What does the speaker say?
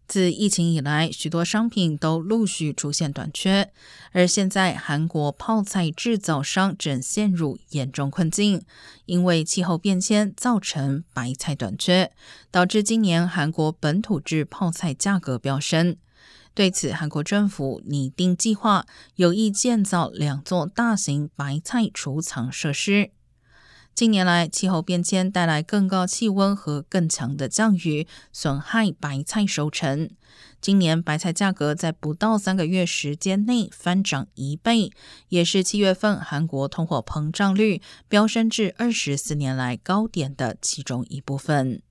自疫情以来，许多商品都陆续出现短缺，而现在韩国泡菜制造商正陷入严重困境，因为气候变迁造成白菜短缺，导致今年韩国本土制泡菜价格飙升。对此，韩国政府拟定计划，有意建造2座大型白菜储藏设施。近年来，气候变迁带来更高气温和更强的降雨，损害白菜收成。今年白菜价格在不到3个月时间内翻涨1倍，也是7月份韩国通货膨胀率飙升至24年来高点的其中一部分。